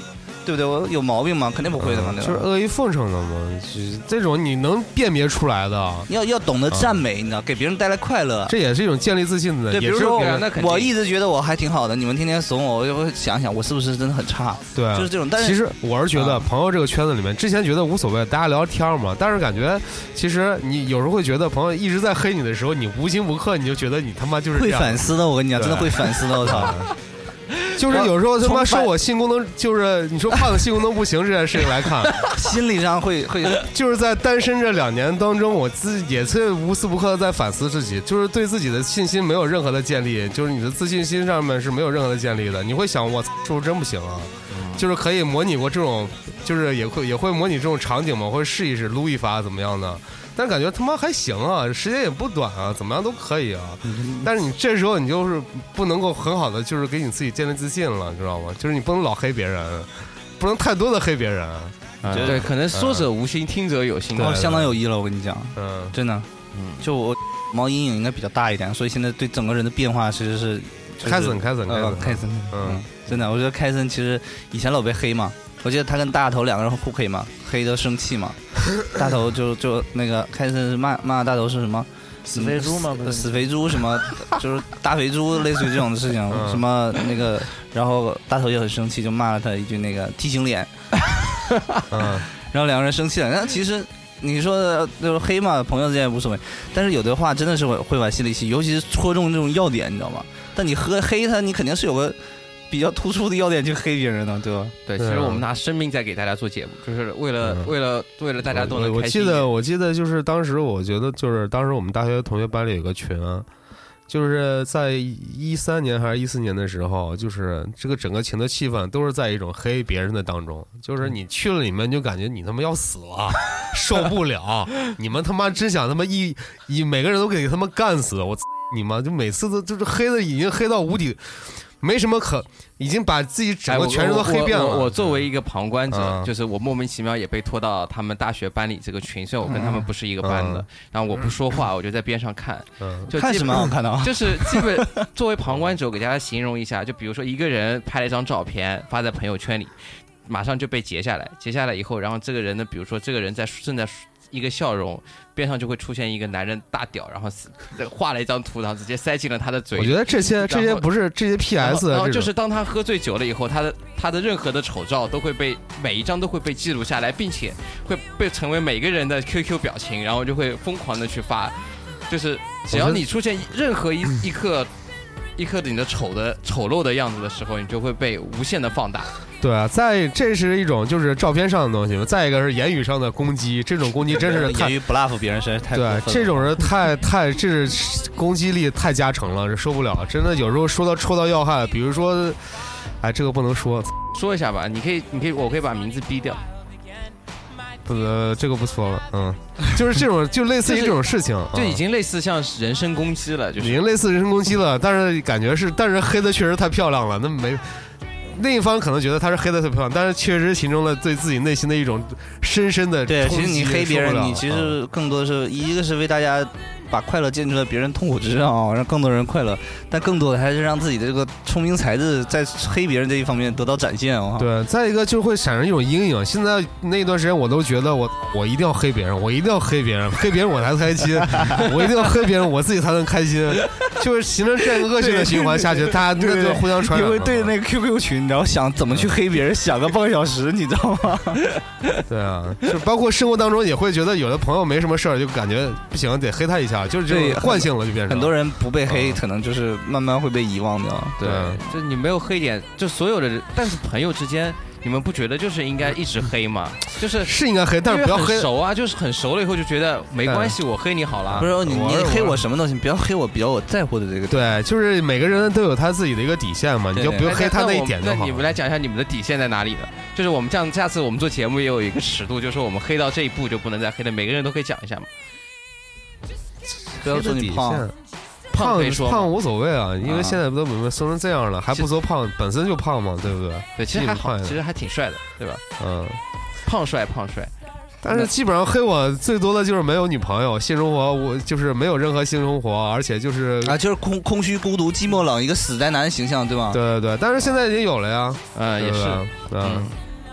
对不对？我有毛病吗？肯定不会的嘛， 就是恶意奉承的嘛。这种你能辨别出来的， 要懂得赞美，你知道，给别人带来快乐， 这也是一种建立自信的。 对，比如说我一直觉得我还挺好的，你们天天怂我，我就会想想我是不是真的很差。 对， 就是这种。但是其实我是觉得朋友这个圈子里面，之前觉得无所谓，大家聊天嘛。但是感觉其实你有时候会觉得朋友一直在黑你的时候，你无时无刻你就觉得你他妈就是这样会反思的。我跟你讲，真的会反思的。我操！ 就是有时候他妈说我性功能，就是你说胖子性功能不行这件事情来看， 心理上会， 就是在单身这2年当中，我自己也是无时无刻的在反思自己，就是对自己的信心没有任何的建立，就是你的自信心上面是没有任何的建立的。你会想我是不是真不行啊？就是可以模拟过这种，就是也会模拟这种场景嘛，会试一试撸一发怎么样的。但感觉他妈还行啊，时间也不短啊，怎么样都可以啊。但是你这时候你就是不能够很好的就是给你自己建立自信了，知道吗？就是你不能老黑别人，不能太多的黑别人。 对，可能说者无心，听者有心。 相当有意了，我跟你讲，真的，就我毛阴影应该比较大一点，所以现在对整个人的变化其实是开森， 真的，我觉得开森其实以前老被黑嘛。我记得他跟大头2个人互黑嘛，黑的生气嘛。大头就那个开始骂大头是什么死肥猪吗？不是死肥猪什么，就是大肥猪，类似于这种的事情，什么那个，然后大头也很生气，就骂了他一句那个梯形脸。然后2个人生气了。那其实你说就是黑嘛，朋友之间也无所谓，但是有的话真的是会往心里去，尤其是戳中这种要点，你知道吗？但你黑他，你肯定是有个比较突出的要点去黑别人的，对吧？ 对，其实我们拿生命在给大家做节目，就是为了大家都能开心。 我记得就是当时我觉得就是当时我们大学同学班里有个群啊，就是在13年还是14年的时候，就是这个整个群的气氛都是在一种黑别人的当中，就是你去了里面就感觉你他妈要死了，受不了，你们他妈真想他妈每个人都给他妈干死，我你妈就每次都就是黑的已经黑到无底。没什么已经把自己整个全身都黑遍了。 我作为一个旁观者，就是我莫名其妙也被拖到他们大学班里这个群，虽然我跟他们不是一个班的，然后我不说话，我就在边上看。就看什么？我看到就是基本作为旁观者，我给大家形容一下，就比如说一个人拍了一张照片发在朋友圈里，马上就被截下来以后，然后这个人呢，比如说这个人正在一个笑容，边上就会出现一个男人大屌，然后画了一张图，然后直接塞进了他的嘴里。 我觉得这些不是这些 PS， 然后就是当他喝醉酒了以后，他的任何的丑照都会每一张都会被记录下来，并且会被成为每个人的 QQ 表情，然后就会疯狂的去发，就是只要你出现任何一刻你的丑陋的样子的时候，你就会被无限的放大。 对啊，这是一种就是照片上的东西嘛，再一个是言语上的攻击，这种攻击真是言语 bluff 别人实在太过分了。 对，这种人这是攻击力太加成了，这受不了。真的有时候戳到要害，比如说，这个不能说一下吧，我可以把名字逼掉。 不，这个不说了，就是这种，就类似于这种事情， 就已经类似像人身攻击了，就是已经类似人身攻击了，但是感觉但是黑的确实太漂亮了，那没。另一方可能觉得他是黑的特漂亮，但是确实形成了对自己内心的一种深深的对。其实你黑别人，你其实更多的是一个是为大家把快乐建立在别人痛苦之上，让更多人快乐，但更多的还是让自己的这个聪明才智在黑别人这一方面得到展现。 对，再一个就会产生一种阴影。现在那段时间我都觉得我一定要黑别人，我一定要黑别人，黑别人我才开心，我一定要黑别人，我自己才能开心，就是形成这样恶性的循环下去，大家就互相传染。 因为对那个 QQ 群，然后想怎么去黑别人，想个半个小时，你知道吗？ 对啊，就包括生活当中也会觉得有的朋友没什么事儿，就感觉不行，得黑他一下。就是这种惯性了，就变成很多人不被黑，可能就是慢慢会被遗忘掉。 对，就你没有黑点，就所有的人，但是朋友之间，你们不觉得就是应该一直黑吗？是应该黑，但是不要黑熟啊，就是很熟了以后就觉得没关系，我黑你好了。 不是你黑我什么东西，不要黑我比较我在乎的这个。 对，就是每个人都有他自己的一个底线嘛，你就不用黑他那一点就好。 那你们来讲一下你们的底线在哪里呢？就是我们这样，下次我们做节目也有一个尺度，就是说我们黑到这一步就不能再黑了，每个人都可以讲一下嘛。 不要说你胖无所谓啊，因为现在不都瘦成这样了，还不说胖，本身就胖嘛，对不对？ 对，其实还好，其实还挺帅的，对吧？胖帅。 但是基本上黑我最多的就是没有女朋友，性生活我就是没有任何性生活，而且就是就是空虚、孤独、寂寞、冷，一个死宅男的形象，对吧？ 对，但是现在已经有了呀， 也是，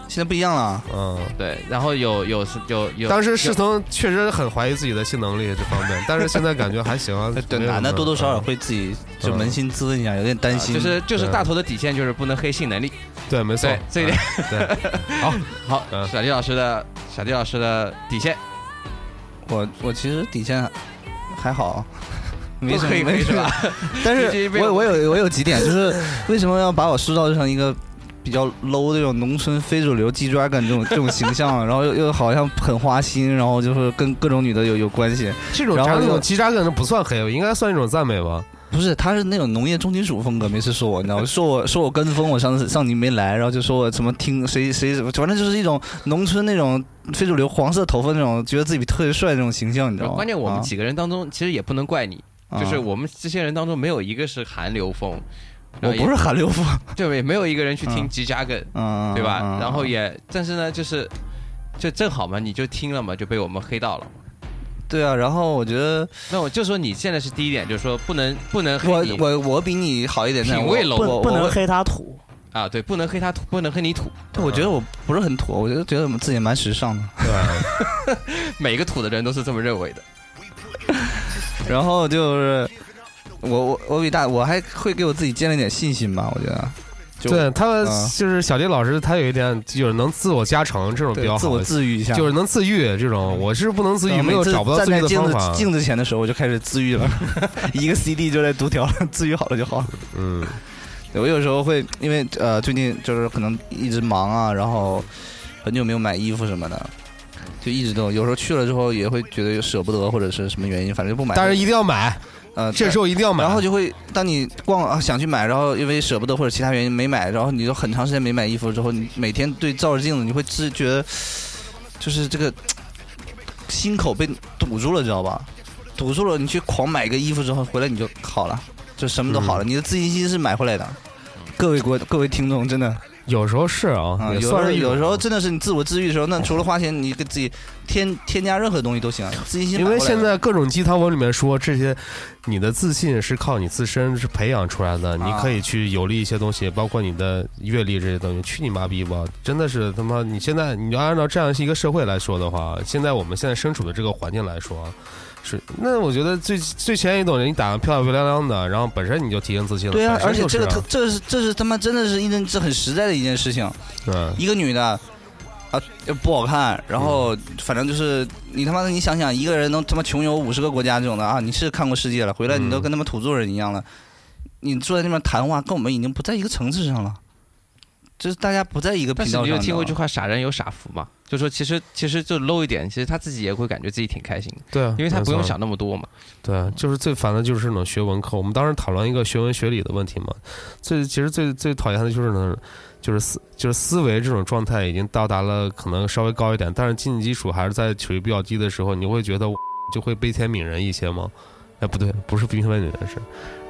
现在不一样了。 对，然后有， 当时世聪确实很怀疑自己的性能力这方面，但是现在感觉还行啊。 对，男的多多少少会自己就扪心自问一下，有点担心。 就是大头的底线就是不能黑性能力。 对，没错， 这一点。 对， 好，小迪老师的底线。 我其实底线还好。没什么是吧？ 但是我有几点，就是为什么要把我塑造成一个比较 low 的这种农村非主流鸡抓感这种形象，然后又好像很花心，然后就是跟各种女的有关系。 这种鸡抓感不算黑，应该算一种赞美吧？ 不是，他是那种农业重金属风格，没事说我，你知道吗？说我跟风，我上你没来，然后就说我什么听谁，反正就是一种农村那种非主流黄色头发那种，觉得自己特别帅那种形象，你知道吗？ 关键我们几个人当中，其实也不能怪你。就是我们这些人当中没有一个是韩流风， 我不是韩流风， 对，没有一个人去听 G-Dragon，对吧？然后但是呢，就正好嘛，你就听了嘛，就被我们黑到了。 对啊，然后我觉得， 那我就说你现在是第一点，就是说不能黑你。 我比你好一点， 品味 low， 不能黑他土啊，对，不能黑他土，不能黑你土。 对，我觉得我不是很土，我觉得我们自己蛮时尚的， 对吧？每个土的人都是这么认为的。 然后就是我还会给我自己建立点信心吧，我觉得。 对他就是小迪老师，他有一点就是能自我加成，这种比较好， 自我治愈一下， 就是能自愈这种。我是不能自愈，没有找不到自愈的方法。 镜子前的时候我就开始自愈了，一个 CD 就在读条，自愈好了就好了。我有时候会因为最近就是可能一直忙啊，然后很久没有买衣服什么的。就一直都有时候去了之后也会觉得舍不得或者是什么原因，反正就不买。 但是一定要买，这时候一定要买。 然后就会当你想去买，然后因为舍不得或者其他原因没买，然后你就很长时间没买衣服之后，你每天对照着镜子，你会觉得就是这个心口被堵住了，知道吧？堵住了，你去狂买一个衣服之后回来你就好了，就什么都好了。你的自信心是买回来的。各位听众，真的。 有时候是啊， 有时候真的是你自我治愈的时候，那除了花钱，你给自己添加任何东西都行，自信心。 因为现在各种鸡汤文里面说，这些你的自信是靠你自身是培养出来的，你可以去有利一些东西，包括你的阅历这些东西。去你妈逼吧！真的是他妈，你现在你要按照这样一个社会来说的话，现在我们现在身处的这个环境来说。是，那我觉得最前一种人，你打得漂漂亮亮的，然后本身你就提升自信了。 对啊，而且这是他妈真的是这很实在的一件事情。一个女的啊不好看，然后反正就是你他妈的，你想想，一个人能他妈穷游50个国家这种的啊，你是看过世界了，回来你都跟他们土著人一样了，你坐在那边谈话，跟我们已经不在一个层次上了。就是大家不在一个频道上。 但是你有听过一句话，傻人有傻福嘛？就说其实就 low 一点，其实他自己也会感觉自己挺开心的。 对啊， 因为他不用想那么多嘛。 对啊，就是最烦的就是这种学文科。我们当时讨论一个学文学理的问题嘛，其实最讨厌的就是呢，就是思维这种状态已经到达了可能稍微高一点，但是经济基础还是在处于比较低的时候，你会觉得就会悲天悯人一些吗？哎，不对，不是悲天悯人是。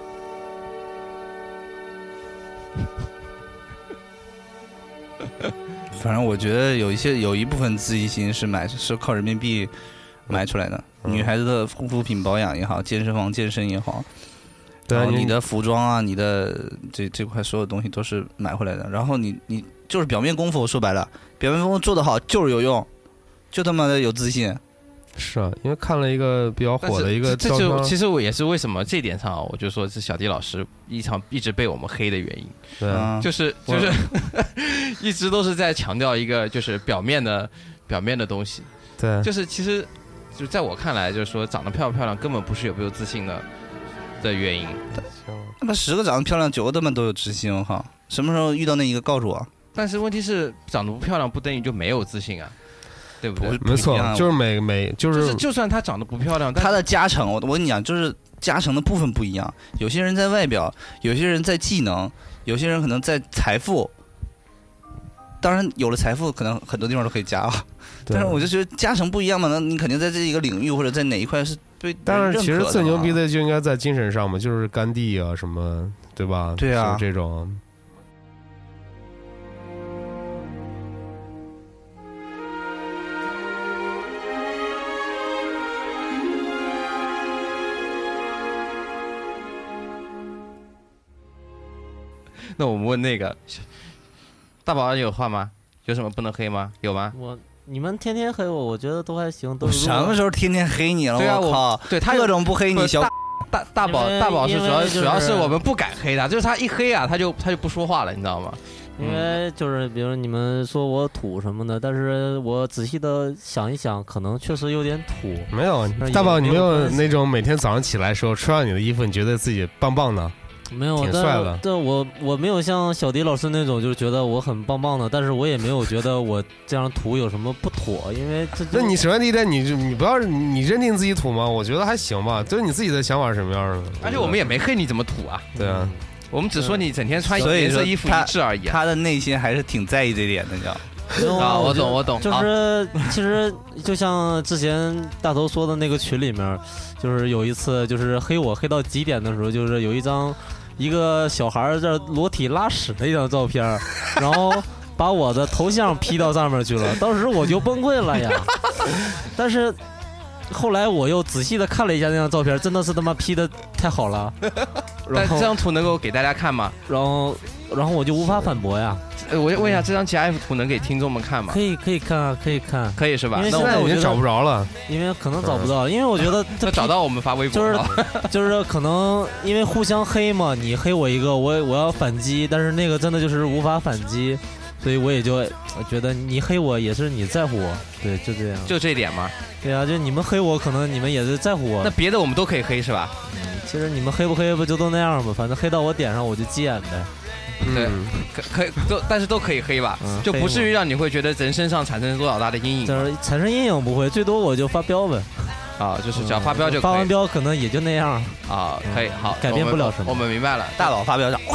反正我觉得有一部分自信心是靠人民币买出来的。女孩子的护肤品保养也好，健身房健身也好，然后你的服装啊，你的这块所有东西都是买回来的。然后你就是表面功夫，说白了，表面功夫做得好就是有用，就他妈的有自信。 是啊，因为看了一个比较火的一个照片， 其实我也是为什么这点上，我就说是小迪老师一直被我们黑的原因。 对啊， 就是一直都是在强调一个就是表面的东西。 对， 就是其实就在我看来，就是说长得漂不漂亮根本不是有没有自信的原因。 他妈10个长得漂亮9个他们都有自信，我靠！什么时候遇到那一个告诉我？ 但是问题是长得不漂亮不等于就没有自信啊。对不对？ 没错，就是就是就算她长得不漂亮， 她的加成，我跟你讲，就是加成的部分不一样。有些人在外表，有些人在技能，有些人可能在财富。当然，有了财富，可能很多地方都可以加啊。但是我就觉得加成不一样嘛，那你肯定在这一个领域或者在哪一块是被当然，其实最牛逼的就应该在精神上嘛，就是甘地啊什么，对吧？ 对啊， 这种。 那我们问那个大宝，你有话吗？ 有什么不能黑吗？有吗？ 你们天天黑我，我觉得都还行。都什么时候天天黑你了？ 对啊， 我靠！ 对他各种不黑你小。 大宝是主要是我们不敢黑他，就是他一黑啊，他就不说话了，你知道吗？ 因为就是比如你们说我土什么的，但是我仔细的想一想，可能确实有点土。 没有，大宝，你没有那种每天早上起来的时候穿上你的衣服，你觉得自己棒棒的？ 没有， 挺帅的。 但我没有像小迪老师那种，就是觉得我很棒棒的，但是我也没有觉得我这样土有什么不妥，因为那你首先第一点，你不要你认定自己土吗？我觉得还行吧，就是你自己的想法是什么样的。 而且我们也没黑你怎么土啊。 对啊， 我们只说你整天穿颜色衣服一致而已。 他的内心还是挺在意这点的，你知道吗？ 啊，我懂。 就是其实就像之前大头说的那个群里面，就是有一次就是黑我黑到极点的时候，就是有一个小孩在裸体拉屎的一张照片，然后把我的头像 P 到上面去了，当时我就崩溃了呀。但是后来我又仔细的看了一下那张照片，真的是他妈 P 的太好了。 但这张图能够给大家看吗？ 然后我就无法反驳呀。 我问一下，这张 GIF 图能给听众们看吗？ 可以看啊，可以看， 可以是吧？ 因为现在我已经找不着了， 因为可能找不到，因为我觉得那找到我们发微博， 就是可能因为互相黑嘛，你黑我一个，我要反击，但是那个真的就是无法反击，所以我也就觉得你黑我也是你在乎我，对，就这样， 就这一点吗？ 对啊，就你们黑我，可能你们也是在乎我， 那别的我们都可以黑是吧？ 其实你们黑不黑不就都那样吗？反正黑到我点上我就急眼呗。 对，可以都，但是都可以黑吧，就不至于让你会觉得人身上产生多少大的阴影。 就是产生阴影不会，最多我就发飙呗。 啊，就是只要发飙就可以。 发完飙可能也就那样。 啊，可以，好， 改变不了什么。 我们明白了， 大佬发飙上，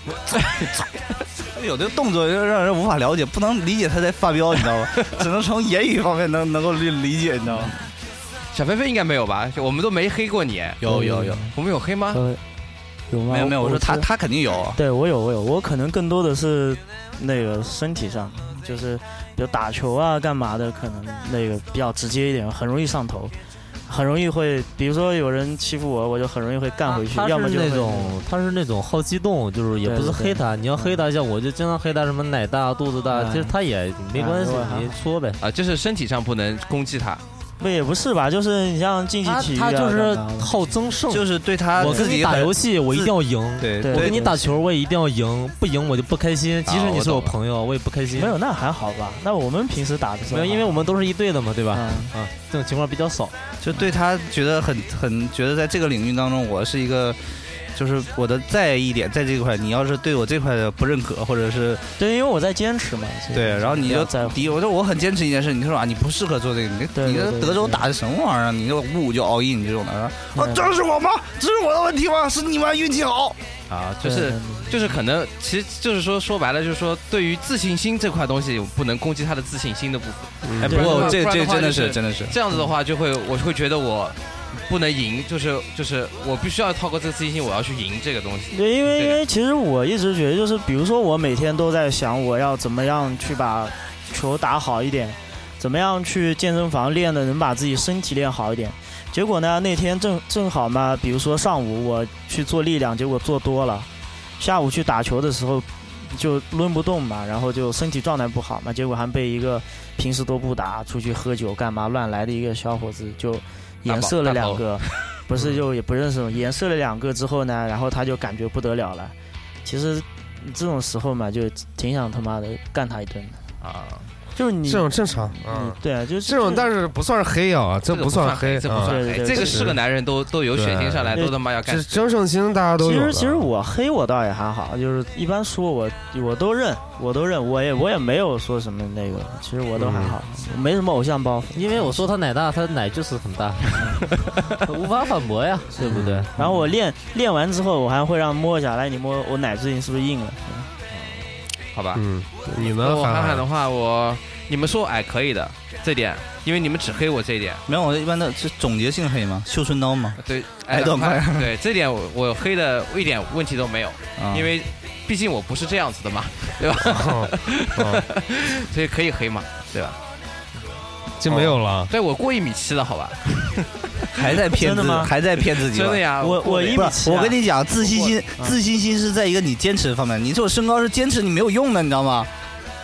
有这个动作就让人无法了解，不能理解他在发飙，你知道吗？只能从言语方面能够理解，你知道吗？ 小菲菲应该没有吧？我们都没黑过你。 有， 我们有黑吗？ 有吗？ 没有，我说他肯定有。 对，我有，我可能更多的是那个身体上，就是比如打球啊干嘛的，可能那个比较直接一点，很容易上头，很容易会，比如说有人欺负我，我就很容易会干回去。要么就他是那种好激动，就是也不是黑他，你要黑他，像我就经常黑他什么奶大肚子大，其实他也没关系，你说呗。 啊，就是身体上不能攻击他。 不也不是吧，就是你像竞技体育他就是好争胜， 就是对他我跟你打游戏我一定要赢， 对， 我跟你打球我也一定要赢，不赢我就不开心，即使你是我朋友我也不开心。 没有，那还好吧？那我们平时打的时候， 没有，因为我们都是一队的嘛，对吧？这种情况比较少。 就对他觉得很觉得在这个领域当中，我是一个。就是我的在意点在这块，你要是对我这块的不认可，或者是对，因为我在坚持嘛。 对，然后你就我很坚持一件事，你说啊，你不适合做这个，你的德州打的什么玩意儿？你就就all in这种的，啊，这是我吗？这是我的问题吗？是你们运气好啊？就是可能，其实就是说白了，就是说对于自信心这块东西，不能攻击他的自信心的部分。 哎，不过这真的是这样子的话，我会觉得我。不能赢，就是我必须要透过这个自信心，我要去赢这个东西。 对，因为其实我一直觉得，就是比如说我每天都在想，我要怎么样去把球打好一点，怎么样去健身房练的能把自己身体练好一点。结果呢，那天正好嘛，比如说上午我去做力量，结果做多了，下午去打球的时候就抡不动嘛，然后就身体状态不好嘛，结果还被一个平时都不打，出去喝酒干嘛乱来的一个小伙子就。颜射了2个，不是就也不认识，颜射了2个之后呢，然后他就感觉不得了了。其实这种时候嘛，就挺想他妈的干他一顿的啊。就是你这种正常， 对啊，就是这种，但是不算是黑啊，这不算黑， 这不算黑，这个是个男人都有血性上来，都他妈要干。 这争胜心大家都有。 其实我黑我倒也还好，就是一般说我都认，我也没有说什么那个，其实我都还好，没什么偶像包袱。 因为我说他奶大，他奶就是很大，无法反驳呀，对不对？ 然后我练完之后，我还会让摸一下，来你摸我奶最近是不是硬了？ 好吧， 你呢？ 我涵涵的话，你们说哎可以的这点，因为你们只黑我这一点。 没有，我一般的是总结性黑嘛，绣春刀嘛。 对，挨断快。对，这点我黑的一点问题都没有，因为毕竟我不是这样子的嘛，对吧？所以可以黑嘛，对吧？ 就没有了。 对，我过1.7米了，好吧？ 还在骗自己，还在骗自己。 真的呀， 我1.7米。 我跟你讲，自信心是在一个你坚持的方面。你这种身高是坚持你没有用的，你知道吗？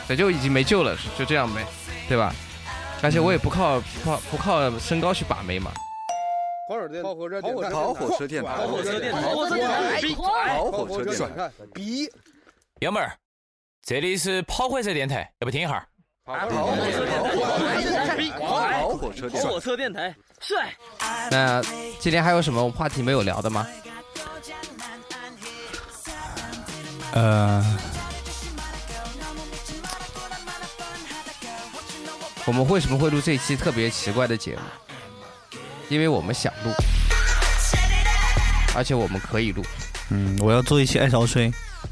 这就已经没救了，就这样呗，对吧？而且我也不靠身高去把妹嘛。 跑火车电台，比爷们儿，这里是跑火车电台，要不听一下？跑火车电台，帅。 那今天还有什么话题没有聊的吗？我们为什么会录这一期特别奇怪的节目？因为我们想录，而且我们可以录。 我要做一期爱潮吹。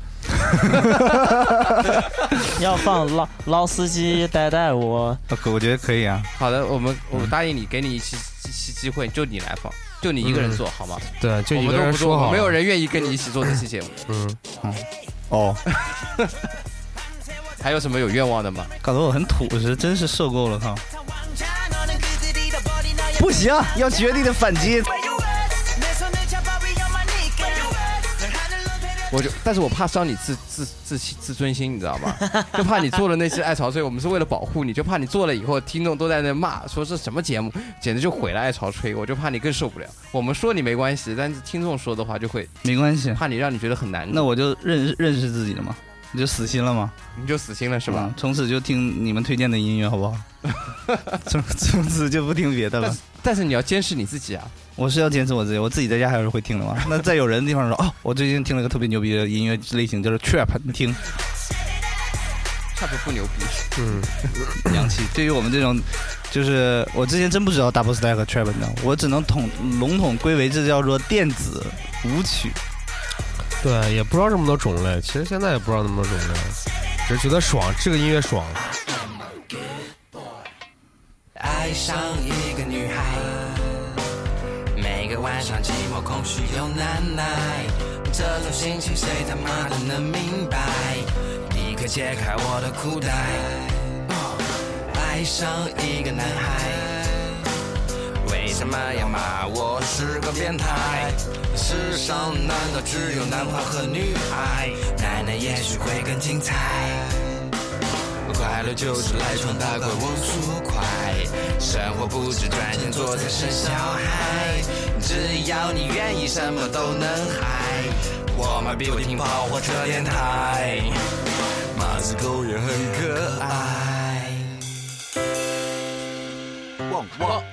要放老司机带我， 我觉得可以啊。 好的，我答应你，给你一期机会，就你来放，就你一个人做好吗？ 对，就一个人说好， 没有人愿意跟你一起做这期节目。还有什么有愿望的吗？ 搞得我很土实，真是受够了靠！不行，要绝对的反击。 但是我怕伤你自尊心，你知道吗？就怕你做了那期爱潮吹，我们是为了保护你，就怕你做了以后，听众都在那骂，说是什么节目，简直就毁了爱潮吹，我就怕你更受不了。我们说你没关系，但是听众说的话就会没关系， 怕你让你觉得很难。 那我就认识自己了嘛，你就死心了吗？ 你就死心了是吧？ 从此就听你们推荐的音乐，好不好？从此就不听别的了。 但是你要监视你自己啊！ 我是要坚持我自己，我自己在家还是会听的嘛。那在有人的地方说，哦，我最近听了个特别牛逼的音乐类型，就是 trap， 你听。 trap 不牛逼， 洋气。对于我们这种，就是我之前真不知道 double stack 和 trap， 你知道，我只能笼统归为这叫做电子舞曲。 对，也不知道这么多种类，其实现在也不知道那么多种类，只是觉得爽，这个音乐爽。 爱上一个女孩，每个晚上寂寞空虚又难耐，这种心情谁他妈的能明白？立刻解开我的裤带，爱上一个男孩，为什么要骂我是个变态？世上难道只有男孩和女孩？奶奶也许会更精彩。快乐就是来闯大怪，往速快，生活不止赚钱做菜生小孩，只要你愿意，什么都能嗨。我妈逼我听跑火车电台，马子狗也很可爱。 旺旺。